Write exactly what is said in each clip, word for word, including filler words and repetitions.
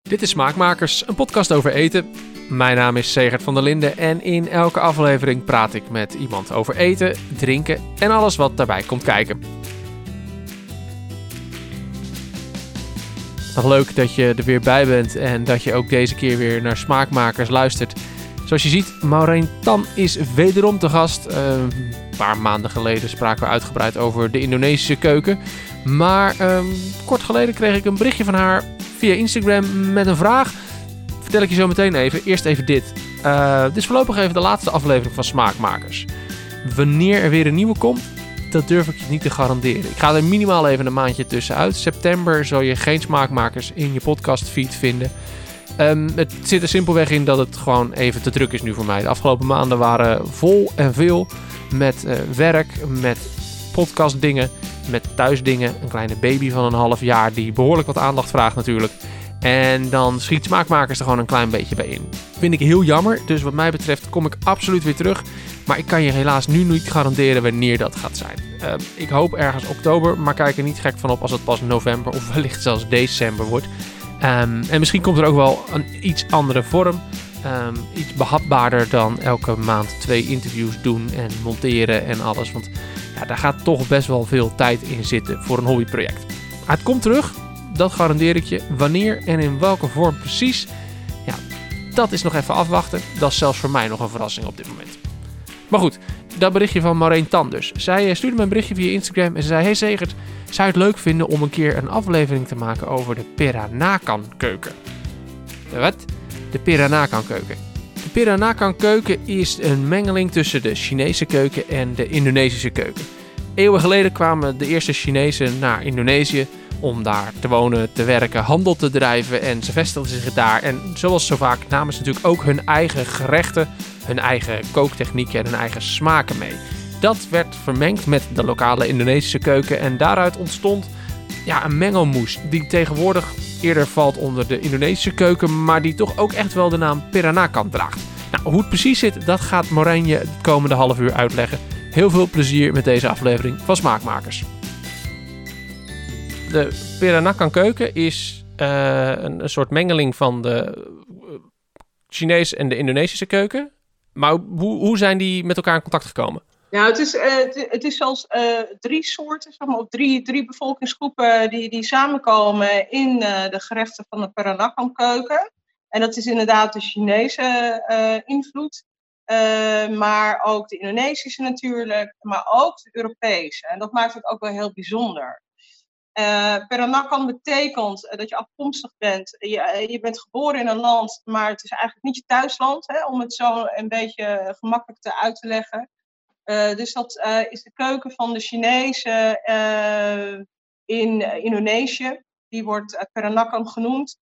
Dit is Smaakmakers, een podcast over eten. Mijn naam is Segert van der Linden en in elke aflevering praat ik met iemand over eten, drinken en alles wat daarbij komt kijken. Nog leuk dat je er weer bij bent en dat je ook deze keer weer naar Smaakmakers luistert. Zoals je ziet, Maureen Tan is wederom te gast. Uh, een paar maanden geleden spraken we uitgebreid over de Indonesische keuken. Maar um, kort geleden kreeg ik een berichtje van haar via Instagram met een vraag. Vertel ik je zo meteen even. Eerst even dit. Uh, dit is voorlopig even de laatste aflevering van Smaakmakers. Wanneer er weer een nieuwe komt, dat durf ik je niet te garanderen. Ik ga er minimaal even een maandje tussenuit. September zal je geen Smaakmakers in je podcastfeed vinden. Um, het zit er simpelweg in dat het gewoon even te druk is nu voor mij. De afgelopen maanden waren vol en veel met uh, werk, met podcastdingen, met thuisdingen. Een kleine baby van een half jaar die behoorlijk wat aandacht vraagt natuurlijk. En dan schiet Smaakmakers er gewoon een klein beetje bij in. Vind ik heel jammer, dus wat mij betreft kom ik absoluut weer terug. Maar ik kan je helaas nu niet garanderen wanneer dat gaat zijn. Uh, ik hoop ergens oktober, maar kijk er niet gek van op als het pas november of wellicht zelfs december wordt. Um, en misschien komt er ook wel een iets andere vorm. Um, iets behapbaarder dan elke maand twee interviews doen en monteren en alles. Want ja, daar gaat toch best wel veel tijd in zitten voor een hobbyproject. Maar het komt terug, dat garandeer ik je. Wanneer en in welke vorm precies, ja, dat is nog even afwachten. Dat is zelfs voor mij nog een verrassing op dit moment. Maar goed, dat berichtje van Maureen Tan dus. Zij stuurde me een berichtje via Instagram en ze zei: Hey Segert, zou je het leuk vinden om een keer een aflevering te maken over de Peranakan keuken? De wat? De Peranakan keuken. De Peranakan keuken is een mengeling tussen de Chinese keuken en de Indonesische keuken. Eeuwen geleden kwamen de eerste Chinezen naar Indonesië om daar te wonen, te werken, handel te drijven en ze vestigden zich daar. En zoals zo vaak namen ze natuurlijk ook hun eigen gerechten, hun eigen kooktechnieken en hun eigen smaken mee. Dat werd vermengd met de lokale Indonesische keuken en daaruit ontstond ja, een mengelmoes die tegenwoordig eerder valt onder de Indonesische keuken, maar die toch ook echt wel de naam Peranakan draagt. Nou, hoe het precies zit, dat gaat Maureen je het komende half uur uitleggen. Heel veel plezier met deze aflevering van Smaakmakers. De Peranakan keuken is uh, een, een soort mengeling van de Chinese en de Indonesische keuken. Maar hoe, hoe zijn die met elkaar in contact gekomen? Nou, het is, uh, het, het is zelfs uh, drie soorten, zeg maar, of drie, drie bevolkingsgroepen die, die samenkomen in uh, de gerechten van de Peranakan keuken. En dat is inderdaad de Chinese uh, invloed, uh, maar ook de Indonesische natuurlijk, maar ook de Europese. En dat maakt het ook wel heel bijzonder. Uh, Peranakan betekent uh, dat je afkomstig bent. Je, je bent geboren in een land, maar het is eigenlijk niet je thuisland, hè, om het zo een beetje gemakkelijk te uit te leggen. Uh, dus dat uh, is de keuken van de Chinezen uh, in uh, Indonesië. Die wordt uh, Peranakan genoemd.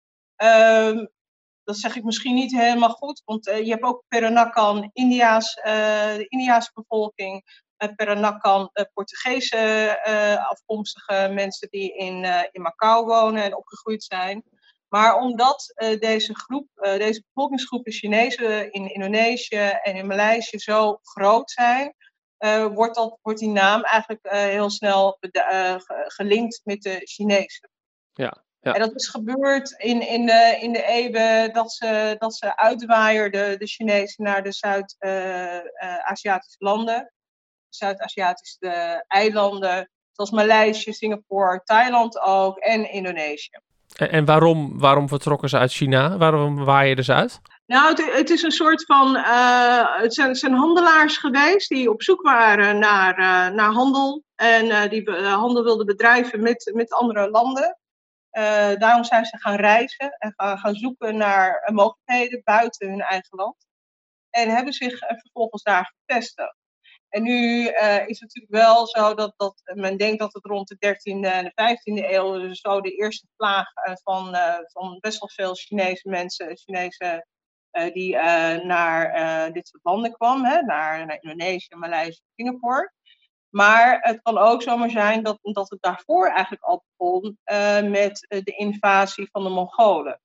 Uh, dat zeg ik misschien niet helemaal goed, want uh, je hebt ook Peranakan India's, uh, de Indiaanse bevolking. Uh, Peranakan uh, Portugese uh, afkomstige mensen die in, uh, in Macau wonen en opgegroeid zijn. Maar omdat uh, deze, groep, uh, deze bevolkingsgroepen Chinezen in Indonesië en in Maleisië zo groot zijn, Uh, wordt, dat, wordt die naam eigenlijk uh, heel snel uh, gelinkt met de Chinezen. Ja, ja. En dat is gebeurd in, in, de, in de eeuwen dat ze, dat ze uitwaaierden, de Chinezen, naar de Zuid-Aziatische uh, uh, landen. Zuid-Aziatische eilanden, zoals Maleisië, Singapore, Thailand ook en Indonesië. En, en waarom, waarom vertrokken ze uit China? Waarom waaien ze uit? Nou, het, het is een soort van, uh, het, zijn, het zijn handelaars geweest die op zoek waren naar, uh, naar handel. En uh, die uh, handel wilden bedrijven met, met andere landen. Uh, daarom zijn ze gaan reizen en gaan, gaan zoeken naar uh, mogelijkheden buiten hun eigen land. En hebben zich uh, vervolgens daar gevestigd. En nu uh, is het natuurlijk wel zo dat, dat men denkt dat het rond de dertiende en de vijftiende eeuw dus zo de eerste vlaag uh, van, uh, van best wel veel Chinese mensen, Chinese Uh, die uh, naar uh, dit soort landen kwam, hè, naar, naar Indonesië, Maleisië, Singapore. Maar het kan ook zomaar zijn dat, dat het daarvoor eigenlijk al begon uh, met uh, de invasie van de Mongolen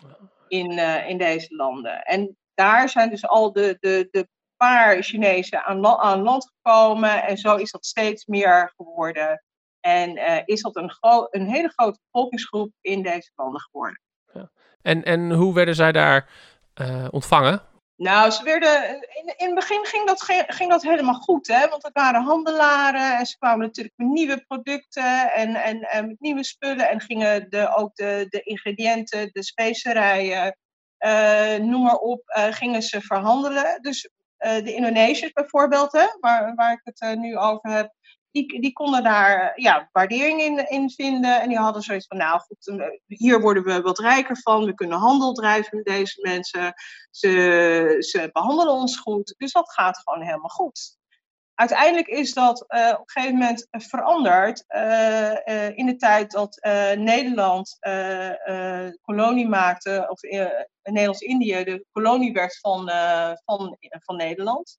in, uh, in deze landen. En daar zijn dus al de, de, de paar Chinezen aan, la- aan land gekomen en zo is dat steeds meer geworden. En uh, is dat een, gro- een hele grote bevolkingsgroep in deze landen geworden. Ja. En, en hoe werden zij daar uh, ontvangen? Nou, ze werden, in, in het begin ging dat, ging dat helemaal goed, hè? Want het waren handelaren en ze kwamen natuurlijk met nieuwe producten en, en, en met nieuwe spullen. En gingen de, ook de, de ingrediënten, de specerijen, uh, noem maar op, uh, gingen ze verhandelen. Dus uh, de Indonesiërs bijvoorbeeld, hè, waar, waar ik het uh, nu over heb, die, die konden daar ja, waardering in, in vinden. En die hadden zoiets van, nou goed, hier worden we wat rijker van. We kunnen handel drijven met deze mensen. Ze, ze behandelen ons goed. Dus dat gaat gewoon helemaal goed. Uiteindelijk is dat uh, op een gegeven moment veranderd. Uh, uh, in de tijd dat uh, Nederland uh, uh, kolonie maakte, of uh, Nederlands-Indië de kolonie werd van, uh, van, van Nederland.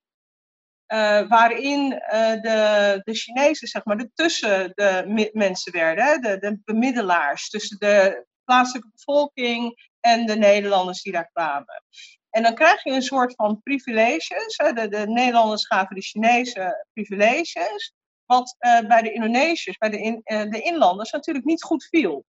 Uh, waarin uh, de, de Chinezen, zeg maar, de tussen de mensen werden, de, de bemiddelaars tussen de plaatselijke bevolking en de Nederlanders die daar kwamen. En dan krijg je een soort van privileges. Hè? De, de Nederlanders gaven de Chinezen privileges, wat uh, bij de Indonesiërs, bij de, in, uh, de inlanders natuurlijk niet goed viel.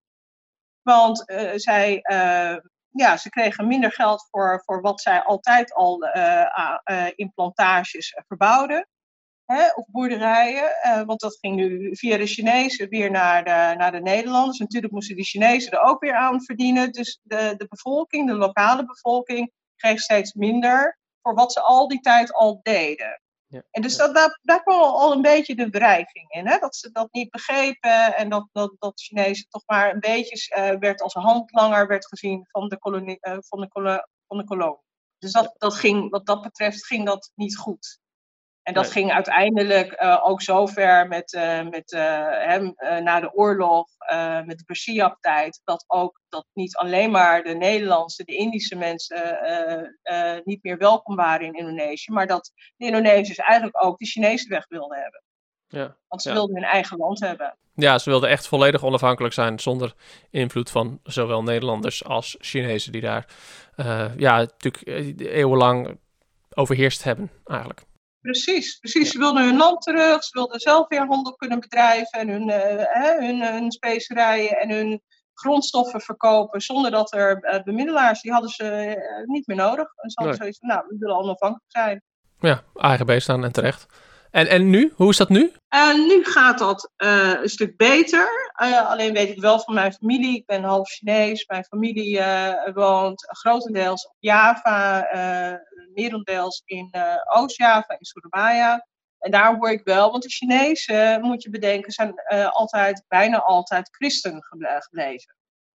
Want uh, zij... Uh, Ja, ze kregen minder geld voor, voor wat zij altijd al uh, uh, in plantages verbouwden. Hè, of boerderijen. Uh, want dat ging nu via de Chinezen weer naar de, naar de Nederlanders. Natuurlijk moesten die Chinezen er ook weer aan verdienen. Dus de, de bevolking, de lokale bevolking, kreeg steeds minder voor wat ze al die tijd al deden. Ja, en dus dat, daar, daar kwam al een beetje de wrijving in. Hè? Dat ze dat niet begrepen en dat, dat, dat Chinezen toch maar een beetje uh, werd als handlanger werd gezien van de kolonie. Uh, van de kolo- van de kolonie. Dus dat, dat ging, wat dat betreft ging dat niet goed. En dat nee. ging uiteindelijk uh, ook zover met, uh, met uh, hem, uh, na de oorlog, uh, met de Bersiap-tijd, dat ook dat niet alleen maar de Nederlandse, de Indische mensen uh, uh, niet meer welkom waren in Indonesië, maar dat de Indonesiërs eigenlijk ook de Chinezen weg wilden hebben. Ja, Want ze ja. wilden hun eigen land hebben. Ja, ze wilden echt volledig onafhankelijk zijn zonder invloed van zowel Nederlanders als Chinezen die daar uh, ja, natuurlijk eeuwenlang overheerst hebben eigenlijk. Precies, precies. Ja. Ze wilden hun land terug, ze wilden zelf weer handel kunnen bedrijven en hun, uh, hun, hun specerijen en hun grondstoffen verkopen zonder dat er uh, bemiddelaars, die hadden ze uh, niet meer nodig. En ze hadden nee. zoiets van, nou, we willen onafhankelijk zijn. Ja, A G B staan en terecht. En, en nu? Hoe is dat nu? Uh, nu gaat dat uh, een stuk beter. Uh, alleen weet ik wel van mijn familie. Ik ben half Chinees. Mijn familie uh, woont grotendeels op Java. Uh, merendeels in uh, Oost-Java, in Surabaya. En daar hoor ik wel. Want de Chinezen, moet je bedenken, zijn uh, altijd, bijna altijd christen gebleven.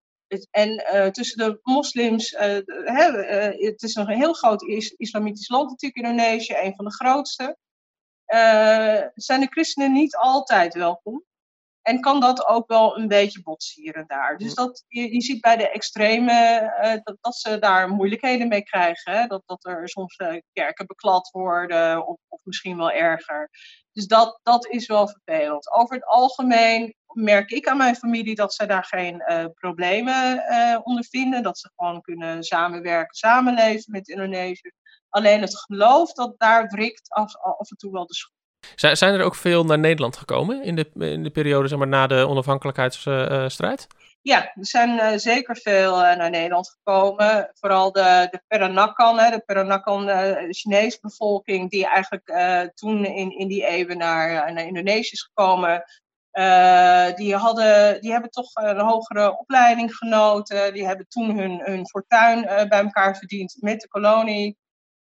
En uh, tussen de moslims, uh, he, uh, het is nog een heel groot is, islamitisch land natuurlijk, Indonesië, een van de grootste. Uh, zijn de christenen niet altijd welkom. En kan dat ook wel een beetje botsen hier en daar. Dus dat, je, je ziet bij de extreme uh, dat, dat ze daar moeilijkheden mee krijgen. Hè? Dat, dat er soms uh, kerken beklad worden of, of misschien wel erger. Dus dat, dat is wel vervelend. Over het algemeen merk ik aan mijn familie dat ze daar geen uh, problemen uh, ondervinden. Dat ze gewoon kunnen samenwerken, samenleven met Indonesië. Alleen het geloof dat daar wrikt af, af en toe wel de schoen. Zijn er ook veel naar Nederland gekomen in de, in de periode zeg maar, na de onafhankelijkheidsstrijd? Uh, ja, er zijn uh, zeker veel uh, naar Nederland gekomen. Vooral de, de Peranakan, hè, de Peranakan uh, de Chinese bevolking, die eigenlijk uh, toen in, in die eeuwen naar, uh, naar Indonesië is gekomen. Uh, die, hadden, die hebben toch een hogere opleiding genoten. Die hebben toen hun, hun fortuin uh, bij elkaar verdiend met de kolonie.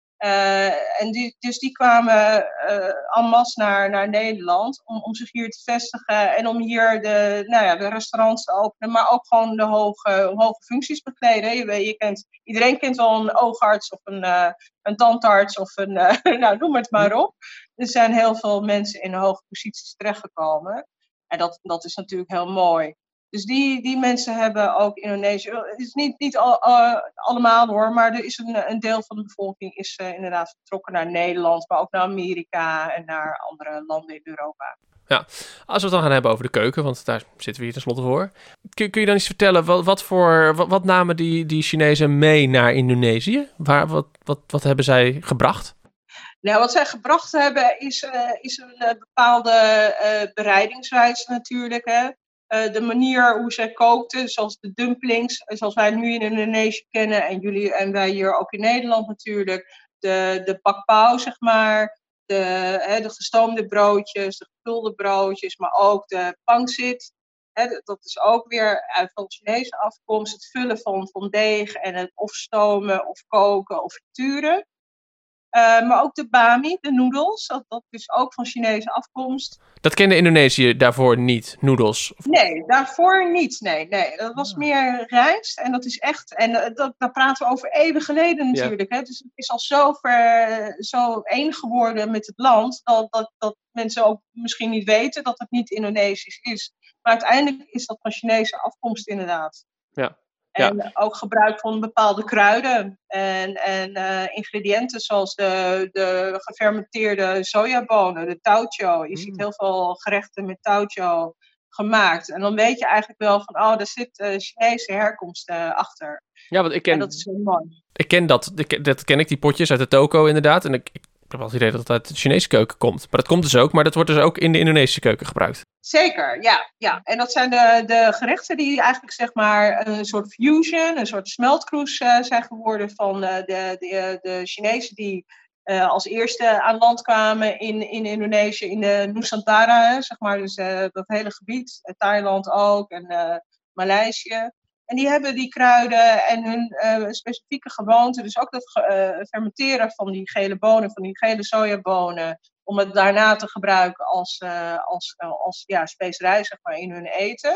Uh, en die, dus die kwamen uh, en masse naar, naar Nederland om, om zich hier te vestigen en om hier de, nou ja, de restaurants te openen, maar ook gewoon de hoge, hoge functies bekleden. Je, je kent, iedereen kent wel een oogarts of een, uh, een tandarts of een, uh, nou noem het maar op. Er zijn heel veel mensen in hoge posities terechtgekomen en dat, dat is natuurlijk heel mooi. Dus die, die mensen hebben ook Indonesië, het is niet, niet al, uh, allemaal hoor, maar er is een, een deel van de bevolking is uh, inderdaad vertrokken naar Nederland, maar ook naar Amerika en naar andere landen in Europa. Ja, als we het dan gaan hebben over de keuken, want daar zitten we hier tenslotte voor. Kun, kun je dan eens vertellen, wat, wat, voor, wat, wat namen die, die Chinezen mee naar Indonesië? Waar, wat, wat, wat hebben zij gebracht? Nou, wat zij gebracht hebben is, uh, is een uh, bepaalde uh, bereidingswijze natuurlijk, hè. uh, de manier hoe zij kookten, zoals de dumplings, zoals wij nu in Indonesië kennen en jullie en wij hier ook in Nederland natuurlijk. De, de bakpao, zeg maar, de, hè, de gestoomde broodjes, de gevulde broodjes, maar ook de pangsit. Hè, dat is ook weer uit van Chinese afkomst, het vullen van, van deeg en het of stomen of koken of frituren. Uh, maar ook de bami, de noedels, dat, dat is ook van Chinese afkomst. Dat kende Indonesië daarvoor niet, noedels? Nee, daarvoor niet. Nee, nee. Dat was ah. meer rijst. En dat is echt. En uh, dat, daar praten we over eeuwen geleden natuurlijk. Ja. Hè? Dus het is al zo, ver, zo één geworden met het land. Dat, dat, dat mensen ook misschien niet weten dat het niet Indonesisch is. Maar uiteindelijk is dat van Chinese afkomst inderdaad. Ja. En ja. ook gebruik van bepaalde kruiden en, en uh, ingrediënten zoals de, de gefermenteerde sojabonen, de taucho. Je mm. ziet heel veel gerechten met taucho gemaakt. En dan weet je eigenlijk wel van, oh, daar zit uh, Chinese herkomst uh, achter. Ja, want ik ken, en dat is heel mooi. Ik ken dat, dat ken ik, die potjes uit de toko inderdaad. En ik, ik heb wel het idee dat het uit de Chinese keuken komt. Maar dat komt dus ook, maar dat wordt dus ook in de Indonesische keuken gebruikt. Zeker, ja. ja. En dat zijn de, de gerechten die eigenlijk zeg maar een soort fusion, een soort smeltkroes uh, zijn geworden van uh, de, de, de Chinezen die uh, als eerste aan land kwamen in, in Indonesië, in de Nusantara, zeg maar, dus uh, dat hele gebied, uh, Thailand ook en uh, Maleisië. En die hebben die kruiden en hun uh, specifieke gewoonten, dus ook dat uh, fermenteren van die gele bonen, van die gele sojabonen, om het daarna te gebruiken als, uh, als, uh, als ja, specerij zeg maar, in hun eten,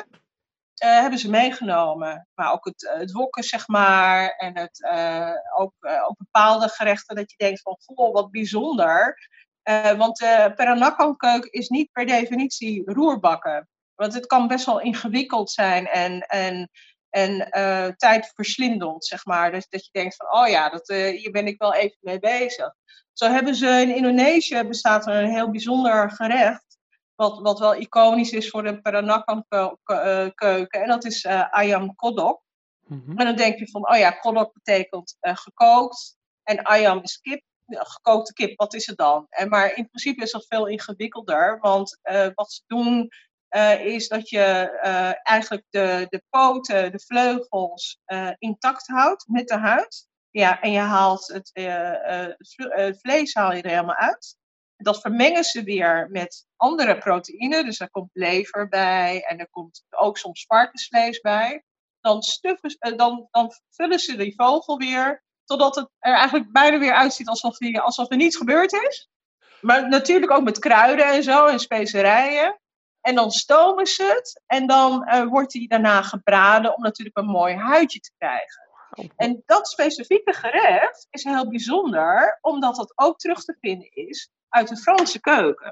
uh, hebben ze meegenomen. Maar ook het, uh, het wokken, zeg maar, en het, uh, ook, uh, ook bepaalde gerechten dat je denkt van, goh, wat bijzonder. Uh, want de Peranakan-keuken is niet per definitie roerbakken. Want het kan best wel ingewikkeld zijn en... en En uh, tijdverslindend, zeg maar. Dus dat je denkt van, oh ja, dat, uh, hier ben ik wel even mee bezig. Zo hebben ze in Indonesië, bestaat er een heel bijzonder gerecht. Wat, wat wel iconisch is voor de Peranakan-keuken. En dat is uh, ayam kodok. Mm-hmm. En dan denk je van, oh ja, kodok betekent uh, gekookt. En ayam is kip. Gekookte kip, wat is het dan? En, maar in principe is dat veel ingewikkelder. Want uh, wat ze doen... Uh, is dat je uh, eigenlijk de, de poten, de vleugels uh, intact houdt met de huid. Ja, en je haalt het, uh, uh, het vlees haal je er helemaal uit. Dat vermengen ze weer met andere proteïnen. Dus er komt lever bij en er komt ook soms varkensvlees bij. Dan, stuffen, uh, dan, dan vullen ze die vogel weer totdat het er eigenlijk bijna weer uitziet alsof, die, alsof er niets gebeurd is. Maar natuurlijk ook met kruiden en zo en specerijen. En dan stomen ze het en dan uh, wordt die daarna gebraden om natuurlijk een mooi huidje te krijgen. En dat specifieke gerecht is heel bijzonder, omdat dat ook terug te vinden is uit de Franse keuken.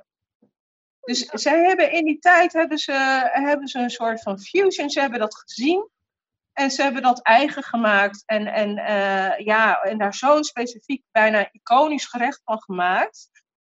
Dus zij hebben in die tijd hebben ze, hebben ze een soort van fusion, ze hebben dat gezien en ze hebben dat eigen gemaakt en, en, uh, ja, en daar zo'n specifiek, bijna iconisch gerecht van gemaakt.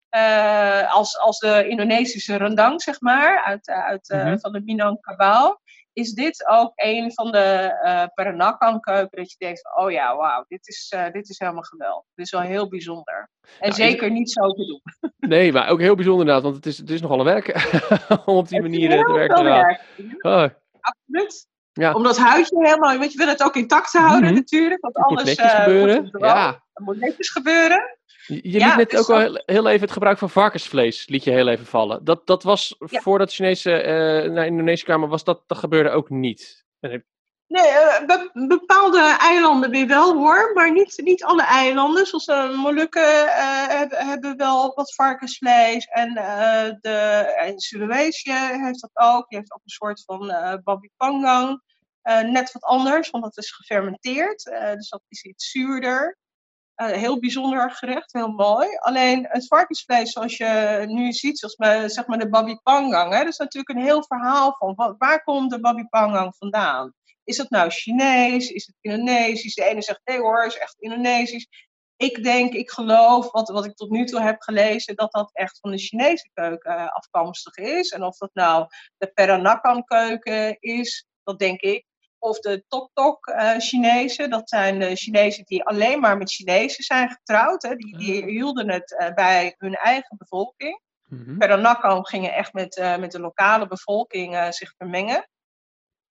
Uh, als, als de Indonesische rendang, zeg maar, uit, uit, uh, mm-hmm. van de Minangkabau, is dit ook een van de uh, Peranakan-keuken dat je denkt van, oh ja, wauw, dit is, uh, dit is helemaal geweldig. Dit is wel heel bijzonder. En nou, zeker het... niet zo te doen. Nee, maar ook heel bijzonder inderdaad, want het is, het is nogal een werk om op die het manier te werken. Werk. Oh. Absoluut. Ja. Om dat huidje helemaal, weet je, wil het ook intact houden mm-hmm. natuurlijk, want het anders moet netjes uh, gebeuren. Moet het, ja. het moet netjes gebeuren. Je, je ja, liet net dus ook al heel, heel even het gebruik van varkensvlees liet je heel even vallen. Dat, dat was ja. voordat de Chinezen uh, naar Indonesië kwamen, was dat, dat gebeurde ook niet. Nee, uh, be- bepaalde eilanden weer wel hoor, maar niet, niet alle eilanden. Zoals de Molukken uh, hebben, hebben wel wat varkensvlees en uh, de en Sulawesi heeft dat ook. Die heeft ook een soort van uh, babi panggang. Uh, net wat anders, want dat is gefermenteerd, uh, dus dat is iets zuurder. Uh, heel bijzonder gerecht, heel mooi. Alleen het varkensvlees zoals je nu ziet, zoals maar, zeg maar de babi panggang, hè, dat is natuurlijk een heel verhaal van wat, waar komt de babi panggang vandaan? Is het nou Chinees? Is het Indonesisch? De ene zegt nee hoor, is echt Indonesisch. Ik denk, ik geloof, wat, wat ik tot nu toe heb gelezen, dat dat echt van de Chinese keuken uh, afkomstig is. En of dat nou de Peranakan keuken is, dat denk ik. Of de Tok-Tok uh, Chinezen, dat zijn de Chinezen die alleen maar met Chinezen zijn getrouwd. Hè. Die, die hielden het uh, bij hun eigen bevolking. Mm-hmm. Peranakan gingen echt met, uh, met de lokale bevolking uh, zich vermengen.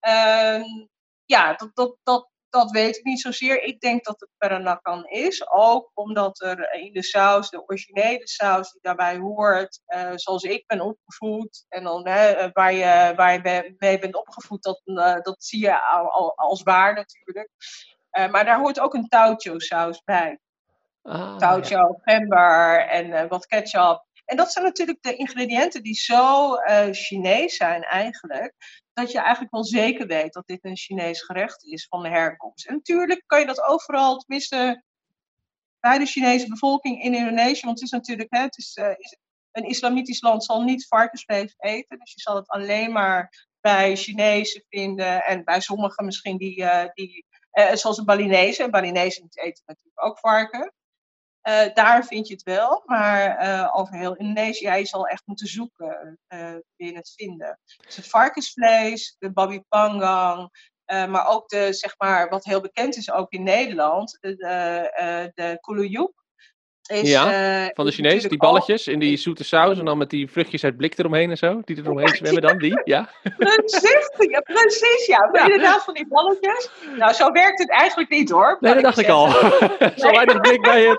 Uh, ja, dat, dat, dat, dat weet ik niet zozeer. Ik denk dat het Peranakan is. Ook omdat er in de saus, de originele saus die daarbij hoort, uh, zoals ik ben opgevoed. En dan hè, waar, je, waar je mee bent opgevoed, dat, uh, dat zie je al, al, als waar natuurlijk. Uh, maar daar hoort ook een taucho saus bij. Ah, Taucho, ja. gember en uh, wat ketchup. En dat zijn natuurlijk de ingrediënten die zo uh, Chinees zijn eigenlijk, dat je eigenlijk wel zeker weet dat dit een Chinees gerecht is van de herkomst. En natuurlijk kan je dat overal, tenminste bij de Chinese bevolking in Indonesië, want het is natuurlijk, hè, het is, uh, is, een islamitisch land zal niet varkensvlees eten, dus je zal het alleen maar bij Chinezen vinden en bij sommigen misschien die, uh, die uh, zoals de Balinese. Balinese eten natuurlijk ook varken. Uh, daar vind je het wel, maar uh, over heel Indonesië, ja, je zal echt moeten zoeken, uh, wil je het vinden. Dus het varkensvlees, de babi panggang, uh, maar ook de, zeg maar, wat heel bekend is ook in Nederland, de, uh, de kulujuk. Is, ja, uh, van de is Chinees, die balletjes ook, in die zoete saus en dan met die vruchtjes uit blik eromheen en zo, die er omheen zwemmen dan, die, ja? Precies, ja, precies, ja. ja. Inderdaad van die balletjes. Nou, zo werkt het eigenlijk niet hoor. Nee, dat dacht ik al. Er zal weinig blik bij het.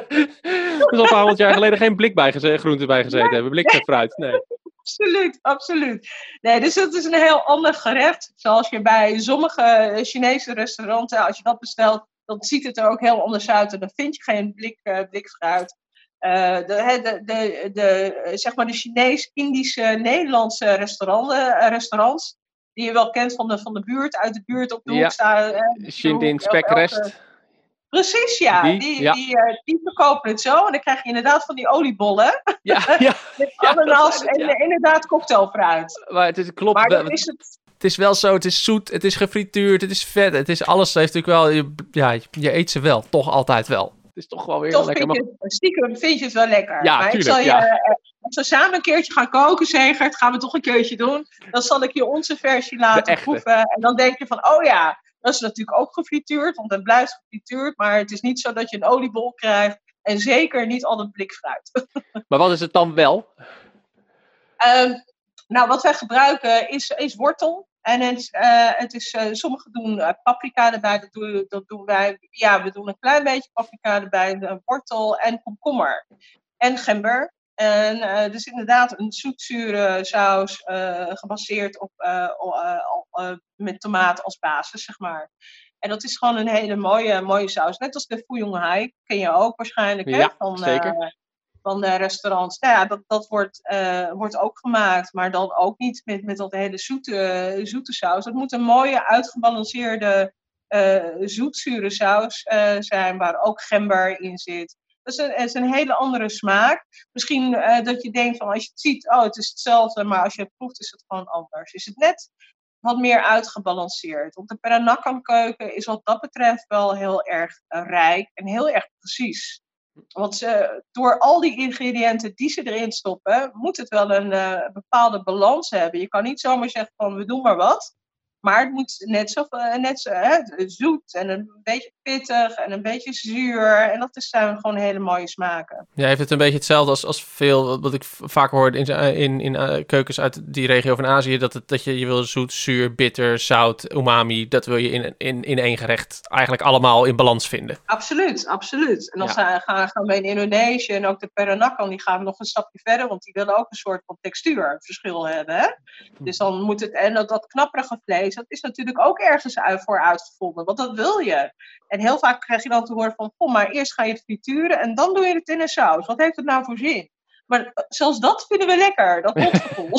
Er zal een paar honderd jaar geleden geen blik bij geze- groente bij gezeten nee, hebben, blik nee. fruit, nee. Absoluut, absoluut. Nee, dus dat is een heel ander gerecht. Zoals je bij sommige Chinese restauranten, als je dat bestelt, dan ziet het er ook heel anders uit. En dan vind je geen blik, uh, blikfruit. Uh, de, de, de, de, zeg maar de Chinees-Indische, Nederlandse restauranten, restaurants, die je wel kent van de, van de buurt, uit de buurt op de hoek Ja, staan. Shindin Spekrest. Precies, ja. Die, die, ja. Die, uh, die verkopen het zo. En dan krijg je inderdaad van die oliebollen. Ja, ja. Met ja, ananas het, en ja. inderdaad cocktailfruit. Maar het is, klopt maar wel. Dat is het. Het is wel zo, het is zoet, het is gefrituurd, het is vet, het is alles. Het heeft natuurlijk wel, je, ja, je eet ze wel, toch altijd wel. Het is toch wel weer toch lekker. Vind je, stiekem vind je het wel lekker. Ja, maar tuurlijk, ik zal je, ja. als we samen een keertje gaan koken, Zegert, gaan we toch een keertje doen. Dan zal ik je onze versie laten proeven. En dan denk je van, oh ja, dat is natuurlijk ook gefrituurd, want het blijft gefrituurd. Maar het is niet zo dat je een oliebol krijgt. En zeker niet al een blik fruit. Maar wat is het dan wel? Um, nou, wat wij gebruiken is, is wortel. En het, uh, het is, uh, sommigen doen uh, paprika erbij, dat doen, dat doen wij. Ja, we doen een klein beetje paprika erbij, uh, wortel en komkommer. En gember. En uh, dus inderdaad een zoetzure saus uh, gebaseerd op uh, uh, uh, met tomaat als basis, zeg maar. En dat is gewoon een hele mooie, mooie saus. Net als de Foo Young Hai, ken je ook waarschijnlijk, hè? Ja, Van, zeker. Uh, van de restaurants. Nou ja, dat, dat wordt, uh, wordt ook gemaakt, maar dan ook niet met, met dat hele zoete, zoete saus. Het moet een mooie, uitgebalanceerde, uh, zoetzure saus uh, zijn, waar ook gember in zit. Dat is een, het is een hele andere smaak. Misschien uh, dat je denkt van, als je het ziet, oh, het is hetzelfde, maar als je het proeft, is het gewoon anders. Is het net wat meer uitgebalanceerd. Want de Peranakan keuken is wat dat betreft wel heel erg uh, rijk en heel erg precies. Want ze, door al die ingrediënten die ze erin stoppen, moet het wel een uh, bepaalde balans hebben. Je kan niet zomaar zeggen van, we doen maar wat. Maar het moet net zo, uh, net zo hè, zoet en een beetje pittig en een beetje zuur. En dat is, zijn gewoon hele mooie smaken. Ja, heeft het een beetje hetzelfde als, als veel, wat ik vaak hoor in, in, in uh, keukens uit die regio van Azië. Dat, het, dat je, je wil zoet, zuur, bitter, zout, umami. Dat wil je in, in, in één gerecht eigenlijk allemaal in balans vinden. Absoluut, absoluut. En dan Ja. gaan, gaan we in Indonesië en ook de Peranakan, die gaan nog een stapje verder. Want die willen ook een soort van textuurverschil hebben. Hè? Dus dan moet het, en dat, dat knapperige vlees, dat is natuurlijk ook ergens voor uitgevonden. Want dat wil je. En heel vaak krijg je dan te horen van, oh, maar eerst ga je het frituren en dan doe je het in een saus. Wat heeft het nou voor zin? Maar zelfs dat vinden we lekker, dat mondgevoel.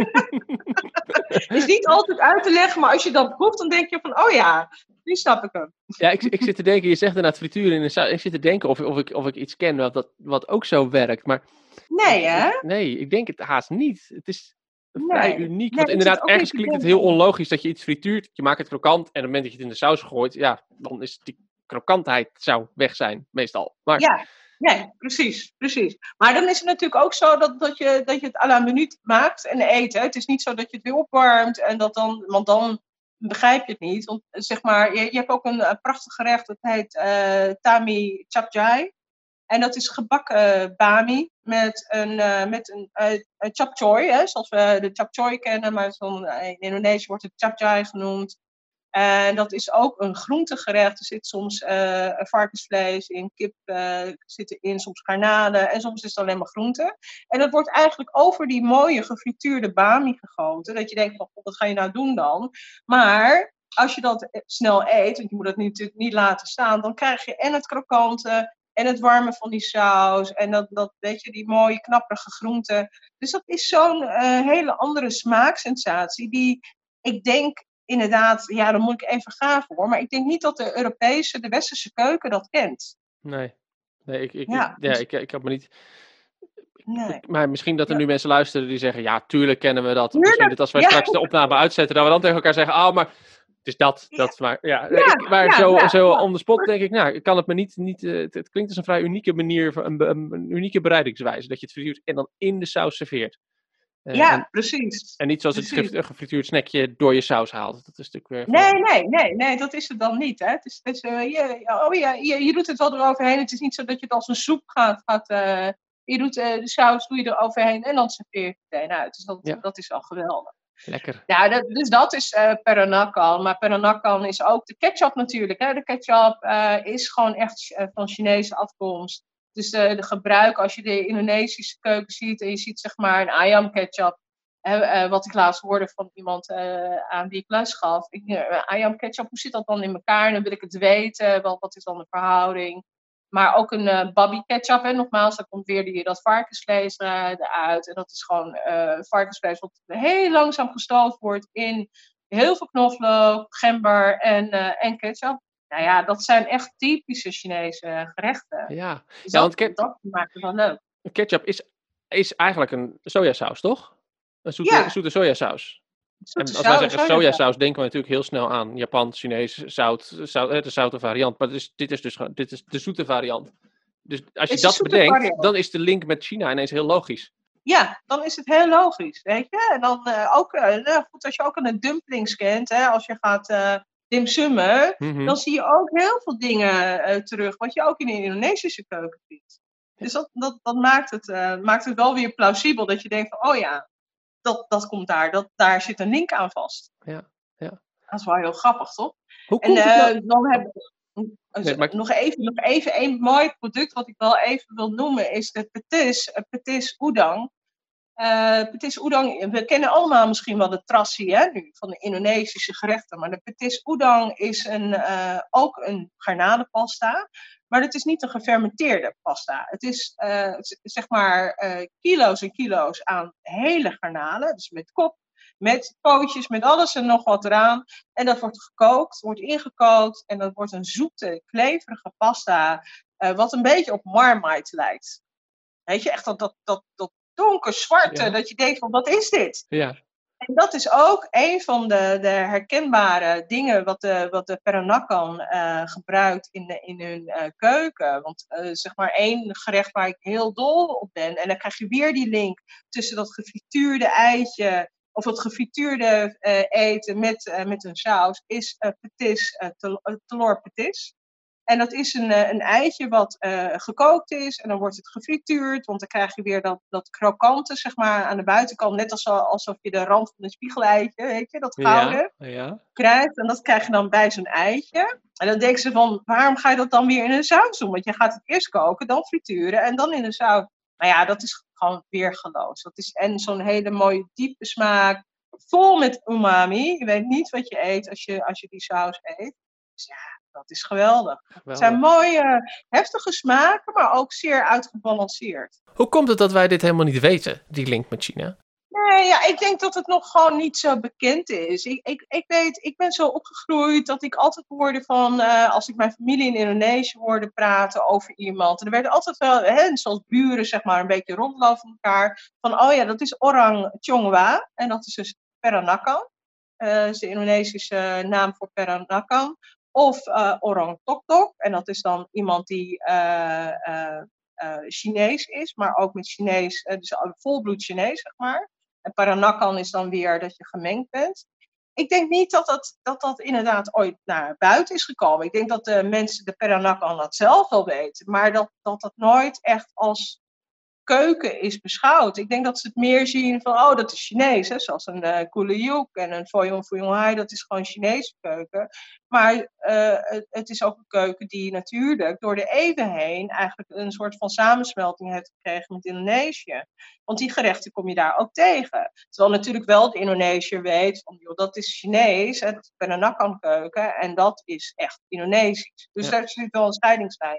Is niet altijd uit te leggen, maar als je dat proeft, dan denk je van, oh ja, nu snap ik hem. Ja, ik, ik zit te denken, je zegt inderdaad frituren in een saus. Ik zit te denken of, of, ik, of ik iets ken wat, dat, wat ook zo werkt. Maar nee, hè? Nee, ik denk het haast niet. Het is vrij nee. uniek. Nee, Want inderdaad, ergens niet klinkt het heel onlogisch dat je iets frituurt. Je maakt het krokant en op het moment dat je het in de saus gooit, ja, dan is die krokantheid zou weg zijn, meestal. Maar... Ja, nee, precies, precies. Maar dan is het natuurlijk ook zo dat, dat, je, dat je het à la minuut maakt en eet. Hè. Het is niet zo dat je het weer opwarmt en dat dan, want dan begrijp je het niet. Want zeg maar, je, je hebt ook een, een prachtig gerecht, dat heet uh, Tami Chapjai. En dat is gebakken bami met een, uh, met een uh, chap choy, hè, zoals we de chap choy kennen, maar zo'n, uh, in Indonesië wordt het chapjai genoemd. En dat is ook een groentegerecht. Er zit soms uh, varkensvlees in, kip uh, zit erin, soms garnalen en soms is het alleen maar groente. En dat wordt eigenlijk over die mooie gefrituurde bami gegoten. Dat je denkt van, wat ga je nou doen dan? Maar als je dat snel eet, want je moet dat natuurlijk niet laten staan, dan krijg je en het krokante en het warme van die saus en dat, dat weet je, die mooie knapperige groenten. Dus dat is zo'n uh, hele andere smaaksensatie die ik denk inderdaad, ja, dan moet ik even gaan voor. Maar ik denk niet dat de Europese, de westerse keuken dat kent. Nee, nee ik, ik, Ja, ik, ja, dus, ik, ik had me niet... nee. Ik, maar misschien dat er Ja. nu mensen luisteren die zeggen, ja, tuurlijk kennen we dat. Tuurlijk, Misschien dat als wij ja. straks de opname uitzetten, dat we dan tegen elkaar zeggen, oh, maar het is dat, dat, maar ja. Ja, ik, maar ja, zo, ja, zo ja. on the spot denk ik, nou, ik kan het me niet, niet uh, het, het klinkt als een vrij unieke manier, een, een, een unieke bereidingswijze, dat je het frituurt en dan in de saus serveert. Uh, Ja, en, precies. en niet zoals precies. het gefrituurd snackje door je saus haalt. Dat is natuurlijk weer... Nee, nee, nee, nee, dat is het dan niet. Hè. Het is, het is, uh, je, oh ja, je, je doet het wel eroverheen. Het is niet zo dat je het als een soep gaat... gaat uh, je doet uh, de saus doe je eroverheen en dan serveer je het meteen uit. Dus dat, ja. dat is al geweldig. Lekker. Ja, dat, dus dat is uh, Peranakan. Maar Peranakan is ook de ketchup natuurlijk. Hè. De ketchup uh, is gewoon echt uh, van Chinese afkomst. Dus uh, de gebruik, als je de Indonesische keuken ziet en je ziet zeg maar een ayam ketchup. Uh, uh, wat ik laatst hoorde van iemand uh, aan wie ik les gaf. Ik, uh, ayam ketchup, hoe zit dat dan in elkaar? En dan wil ik het weten. Wel, wat is dan de verhouding? Maar ook een uh, babi ketchup. En nogmaals, dan komt weer die, dat varkensvlees uh, eruit. En dat is gewoon uh, varkensvlees wat heel langzaam gestoofd wordt in heel veel knoflook, gember en, uh, en ketchup. Nou ja, dat zijn echt typische Chinese gerechten. Ja, Dus ja dat, want ke- dat maakt het wel leuk. ketchup is, is eigenlijk een sojasaus, toch? Een zoete, Ja. zoete sojasaus. Zoete En als wij zeggen sojasaus. sojasaus, denken we natuurlijk heel snel aan Japan, Chinees, zout, zout de zoute variant. Maar dit is, dit is dus dit is de zoete variant. Dus als je dat bedenkt, variant. Dan is de link met China ineens heel logisch. Ja, dan is het heel logisch, weet je. En dan uh, ook, uh, goed, als je ook aan de dumplings kent, hè, als je gaat uh, dimsummen, mm-hmm. dan zie je ook heel veel dingen uh, terug, wat je ook in de Indonesische keuken ziet. Ja. Dus dat, dat, dat maakt, het, uh, maakt het wel weer plausibel, dat je denkt van, oh ja, dat, dat komt daar, dat, daar zit een link aan vast. Ja, ja. Dat is wel heel grappig, toch? Hoe komt en, het nou? Uh, dan hebben Nee, maar... nog, even, nog even een mooi product wat ik wel even wil noemen is de petis, uh, petis udang. Uh, petis udang, we kennen allemaal misschien wel de trassi hè, nu, van de Indonesische gerechten. Maar de petis udang is een, uh, ook een garnalenpasta. Maar het is niet een gefermenteerde pasta. Het is uh, zeg maar uh, kilo's en kilo's aan hele garnalen. Dus met kop, met pootjes, met alles en nog wat eraan. En dat wordt gekookt, wordt ingekookt. En dat wordt een zoete, kleverige pasta. Uh, wat een beetje op marmite lijkt. Weet je, echt dat, dat, dat, dat donkerzwarte. Ja. Dat je denkt van, wat is dit? Ja. En dat is ook een van de, de herkenbare dingen wat de, wat de Peranakan uh, gebruikt in, de, in hun uh, keuken. Want uh, zeg maar één gerecht waar ik heel dol op ben. En dan krijg je weer die link tussen dat gefrituurde eitje of het gefrituurde uh, eten met, uh, met een saus, is uh, petis, uh, tel, uh, telor petis. En dat is een, een eitje wat uh, gekookt is. En dan wordt het gefrituurd. Want dan krijg je weer dat, dat krokante, zeg maar, aan de buitenkant. Net als, alsof je de rand van een spiegeleitje, weet je, dat gouden, ja, ja. krijgt. En dat krijg je dan bij zo'n eitje. En dan denken ze van, waarom ga je dat dan weer in een saus doen? Want je gaat het eerst koken, dan frituren en dan in een saus. Maar ja, dat is gewoon weergeloos. Dat is en zo'n hele mooie diepe smaak. Vol met umami. Je weet niet wat je eet als je, als je die saus eet. Dus ja. Dat is geweldig. geweldig. Het zijn mooie, heftige smaken, maar ook zeer uitgebalanceerd. Hoe komt het dat wij dit helemaal niet weten, die link met China? Nee, ja, ik denk dat het nog gewoon niet zo bekend is. Ik, ik, ik weet, ik ben zo opgegroeid dat ik altijd hoorde van, uh, als ik mijn familie in Indonesië hoorde praten over iemand. En er werden altijd wel, hè, zoals buren zeg maar, een beetje rondlopen van elkaar. Van, oh ja, dat is Orang Chongwa. En dat is dus Peranakan. Uh, dat is de Indonesische naam voor Peranakan. Of uh, Orang Tok Tok. En dat is dan iemand die uh, uh, uh, Chinees is, maar ook met Chinees, uh, dus volbloed Chinees, zeg maar. En Peranakan is dan weer dat je gemengd bent. ik denk niet dat dat, dat dat inderdaad ooit naar buiten is gekomen. Ik denk dat de mensen, de Peranakan, dat zelf wel weten. Maar dat dat, dat nooit echt als keuken is beschouwd. Ik denk dat ze het meer zien van, oh, dat is Chinees. Hè? Zoals een uh, Koelioek en een Foyong Foyong Hai, dat is gewoon Chinese keuken. Maar uh, het, het is ook een keuken die natuurlijk door de eeuwen heen eigenlijk een soort van samensmelting heeft gekregen met Indonesië. Want die gerechten kom je daar ook tegen. Terwijl natuurlijk wel de Indonesiër weet van, joh, dat is Chinees, hè, dat is Peranakan keuken en dat is echt Indonesisch. Dus ja. Daar zit wel een scheidingslijn.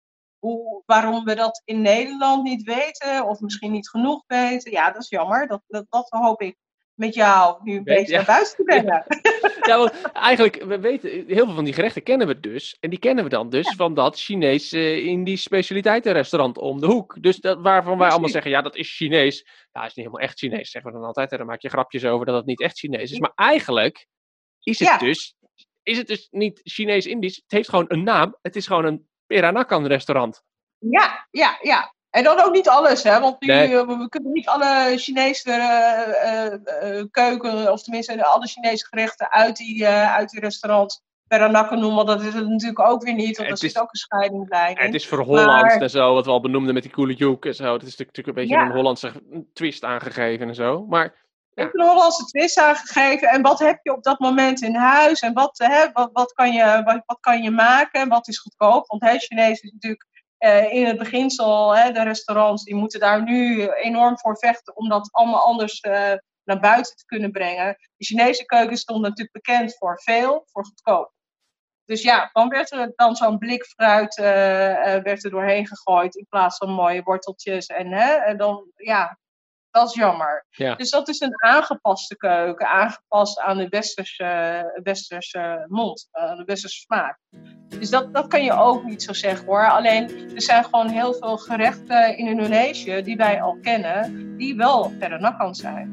Hoe, waarom we dat in Nederland niet weten, of misschien niet genoeg weten, ja, dat is jammer. Dat, dat, dat hoop ik met jou nu een Weet, beetje ja. naar buiten te brengen. Ja, want eigenlijk, we weten, heel veel van die gerechten kennen we dus. En die kennen we dan dus ja. van dat Chinees uh, Indisch specialiteitenrestaurant om de hoek. Dus dat, waarvan wij allemaal zeggen, ja, dat is Chinees. Ja, dat is niet helemaal echt Chinees, zeggen we dan altijd. En dan maak je grapjes over dat het niet echt Chinees is. Maar eigenlijk is het, ja. dus, is het dus niet Chinees-Indisch. Het heeft gewoon een naam. Het is gewoon een Peranakan restaurant. Ja, ja, ja. En dan ook niet alles, hè? Want nu, nee. uh, we kunnen niet alle Chinese uh, uh, uh, keuken, of tenminste alle Chinese gerechten uit die, uh, uit die restaurant Peranakan noemen. Want dat is het natuurlijk ook weer niet, want er zit ook een scheidinglijn in. Het is voor Hollands maar... en zo, wat we al benoemden met die Koelioek en zo. Dat is natuurlijk een beetje ja. een Hollandse twist aangegeven en zo. Maar... Ja. Ik heb een Hollandse twist aangegeven. En wat heb je op dat moment in huis? En wat, hè, wat, wat, kan, je, wat, wat kan je maken? Wat is goedkoop? Want hè, Chinees is natuurlijk uh, in het beginsel, hè, de restaurants, die moeten daar nu enorm voor vechten om dat allemaal anders uh, naar buiten te kunnen brengen. De Chinese keuken stond natuurlijk bekend voor veel, voor goedkoop. Dus ja, dan werd er dan zo'n blik fruit uh, uh, werd er doorheen gegooid in plaats van mooie worteltjes. En, hè, en dan, ja... Dat is jammer. Ja. Dus dat is een aangepaste keuken, aangepast aan de westerse, westerse mond, uh, de westerse smaak. Dus dat, dat kan je ook niet zo zeggen hoor. Alleen, er zijn gewoon heel veel gerechten in Indonesië die wij al kennen, die wel Peranakan zijn.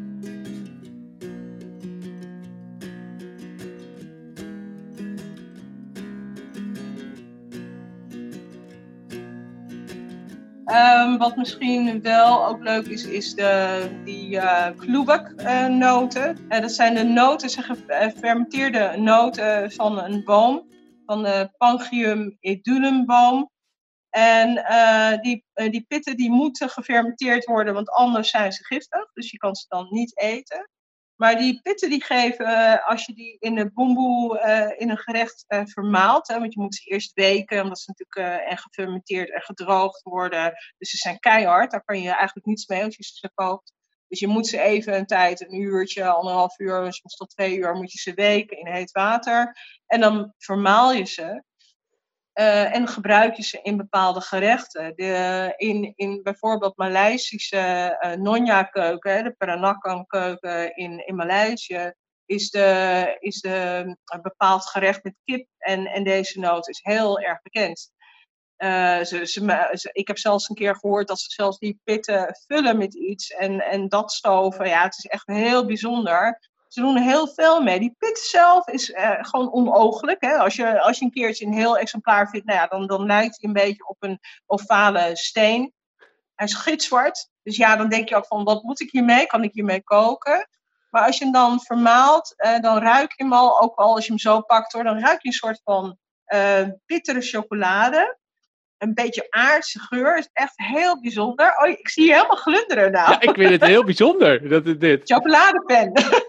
Um, wat misschien wel ook leuk is, is de, die uh, kluwak-noten. Uh, dat zijn de noten, zeg, gefermenteerde noten van een boom, van de Pangium edulumboom. En uh, die, uh, die pitten die moeten gefermenteerd worden, want anders zijn ze giftig. Dus je kan ze dan niet eten. Maar die pitten die geven, uh, als je die in de boemboe uh, in een gerecht uh, vermaalt, hè, want je moet ze eerst weken, omdat ze natuurlijk uh, en gefermenteerd en gedroogd worden. Dus ze zijn keihard, daar kan je eigenlijk niets mee als je ze koopt. Dus je moet ze even een tijd, een uurtje, anderhalf uur, soms tot twee uur, moet je ze weken in heet water. En dan vermaal je ze. Uh, en gebruik je ze in bepaalde gerechten. De, in, in bijvoorbeeld Maleisische uh, Nyonya-keuken, de Peranakan-keuken in, in Maleisië, is, de, is de, een bepaald gerecht met kip. En, en deze noot is heel erg bekend. Uh, ze, ze, ze, ik heb zelfs een keer gehoord dat ze zelfs die pitten vullen met iets. En, en dat stoven, ja, het is echt heel bijzonder. Ze doen er heel veel mee. Die pit zelf is uh, gewoon onooglijk. Hè? Als, je, als je een keertje een heel exemplaar vindt, nou ja, dan, dan lijkt hij een beetje op een ovale steen. Hij is gitzwart. Dus ja, dan denk je ook van, wat moet ik hiermee? Kan ik hiermee koken? Maar als je hem dan vermaalt, uh, dan ruik je hem al, ook al als je hem zo pakt hoor, dan ruik je een soort van uh, bittere chocolade. Een beetje aardse geur. Is echt heel bijzonder. Oh, ik zie je helemaal glunderen nou. Ja, ik vind het heel bijzonder. Dat is dit. Chocoladepen.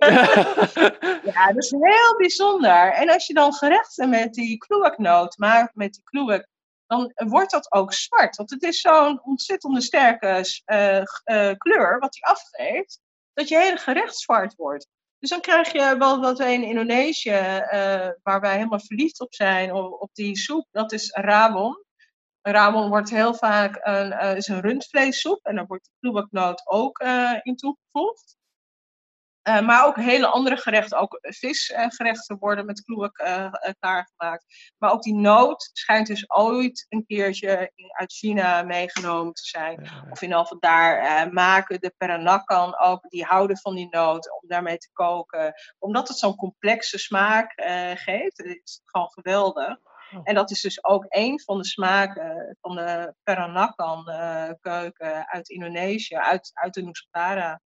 Ja, dat is heel bijzonder. En als je dan gerechten met die kluwaknoot maakt, met die kluwak, dan wordt dat ook zwart. Want het is zo'n ontzettend sterke uh, uh, kleur, wat die afgeeft, dat je hele gerecht zwart wordt. Dus dan krijg je wel wat wij in Indonesië, uh, waar wij helemaal verliefd op zijn, op, op die soep, dat is rawon. Rawon wordt heel vaak een, uh, is een rundvleessoep en daar wordt de kluwaknoot ook uh, in toegevoegd. Uh, maar ook hele andere gerechten, ook visgerechten worden met kluwak uh, klaargemaakt. Maar ook die noot schijnt dus ooit een keertje uit China meegenomen te zijn. Ja, ja. Of in ieder geval daar uh, maken de Peranakan ook, die houden van die noot om daarmee te koken. Omdat het zo'n complexe smaak uh, geeft. Het is gewoon geweldig. En dat is dus ook een van de smaken van de Peranakan uh, keuken uit Indonesië, uit, uit de Nusantara.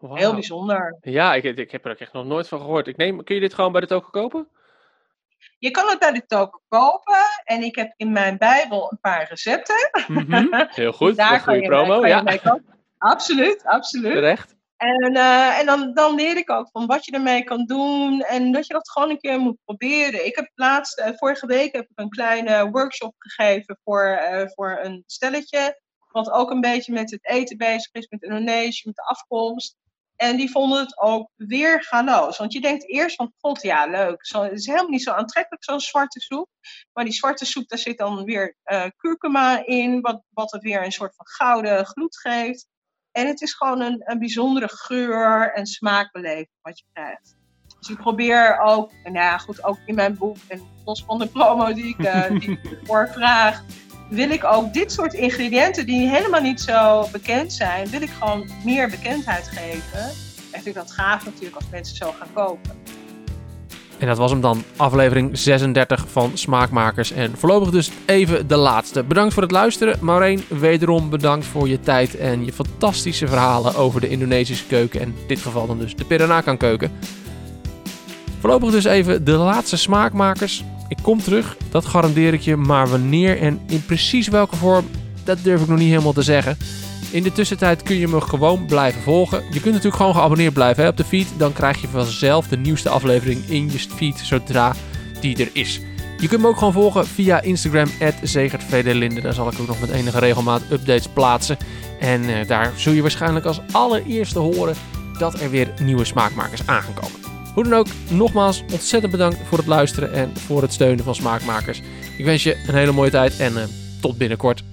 Wauw. Heel bijzonder. Ja, ik, ik heb er ook echt nog nooit van gehoord. Ik neem, kun je dit gewoon bij de toko kopen? Je kan het bij de toko kopen en ik heb in mijn Bijbel een paar recepten. Mm-hmm. Heel goed, Daar dat is goede promo. Kan ja. je mee kopen. Absoluut, absoluut. Terecht. En, uh, en dan, dan leer ik ook van wat je ermee kan doen en dat je dat gewoon een keer moet proberen. Ik heb laatst, uh, vorige week heb ik een kleine workshop gegeven voor, uh, voor een stelletje, wat ook een beetje met het eten bezig is, met Indonesië, met de afkomst. En die vonden het ook weer galoos. Want je denkt eerst van, god ja, leuk. Zo, het is helemaal niet zo aantrekkelijk, zo'n zwarte soep. Maar die zwarte soep, daar zit dan weer uh, kurkuma in, wat, wat het weer een soort van gouden gloed geeft. En het is gewoon een, een bijzondere geur en smaakbeleving wat je krijgt. Dus ik probeer ook, en nou ja, goed, ook in mijn boek, en los van de promo die ik, uh, die ik ervoor vraag, wil ik ook dit soort ingrediënten die helemaal niet zo bekend zijn, wil ik gewoon meer bekendheid geven. En ik vind dat gaaf natuurlijk als mensen zo gaan kopen. En dat was hem dan, aflevering zesendertig van Smaakmakers. En voorlopig dus even de laatste. Bedankt voor het luisteren. Maureen, wederom bedankt voor je tijd en je fantastische verhalen over de Indonesische keuken. En in dit geval dan dus de Peranakan keuken. Voorlopig dus even de laatste Smaakmakers. Ik kom terug, dat garandeer ik je. Maar wanneer en in precies welke vorm, dat durf ik nog niet helemaal te zeggen. In de tussentijd kun je me gewoon blijven volgen. Je kunt natuurlijk gewoon geabonneerd blijven hè, op de feed. Dan krijg je vanzelf de nieuwste aflevering in je feed zodra die er is. Je kunt me ook gewoon volgen via Instagram, at Zegert V D Linde. Daar zal ik ook nog met enige regelmaat updates plaatsen. En uh, daar zul je waarschijnlijk als allereerste horen dat er weer nieuwe Smaakmakers aan gaan komen. Hoe dan ook, nogmaals ontzettend bedankt voor het luisteren en voor het steunen van Smaakmakers. Ik wens je een hele mooie tijd en uh, tot binnenkort.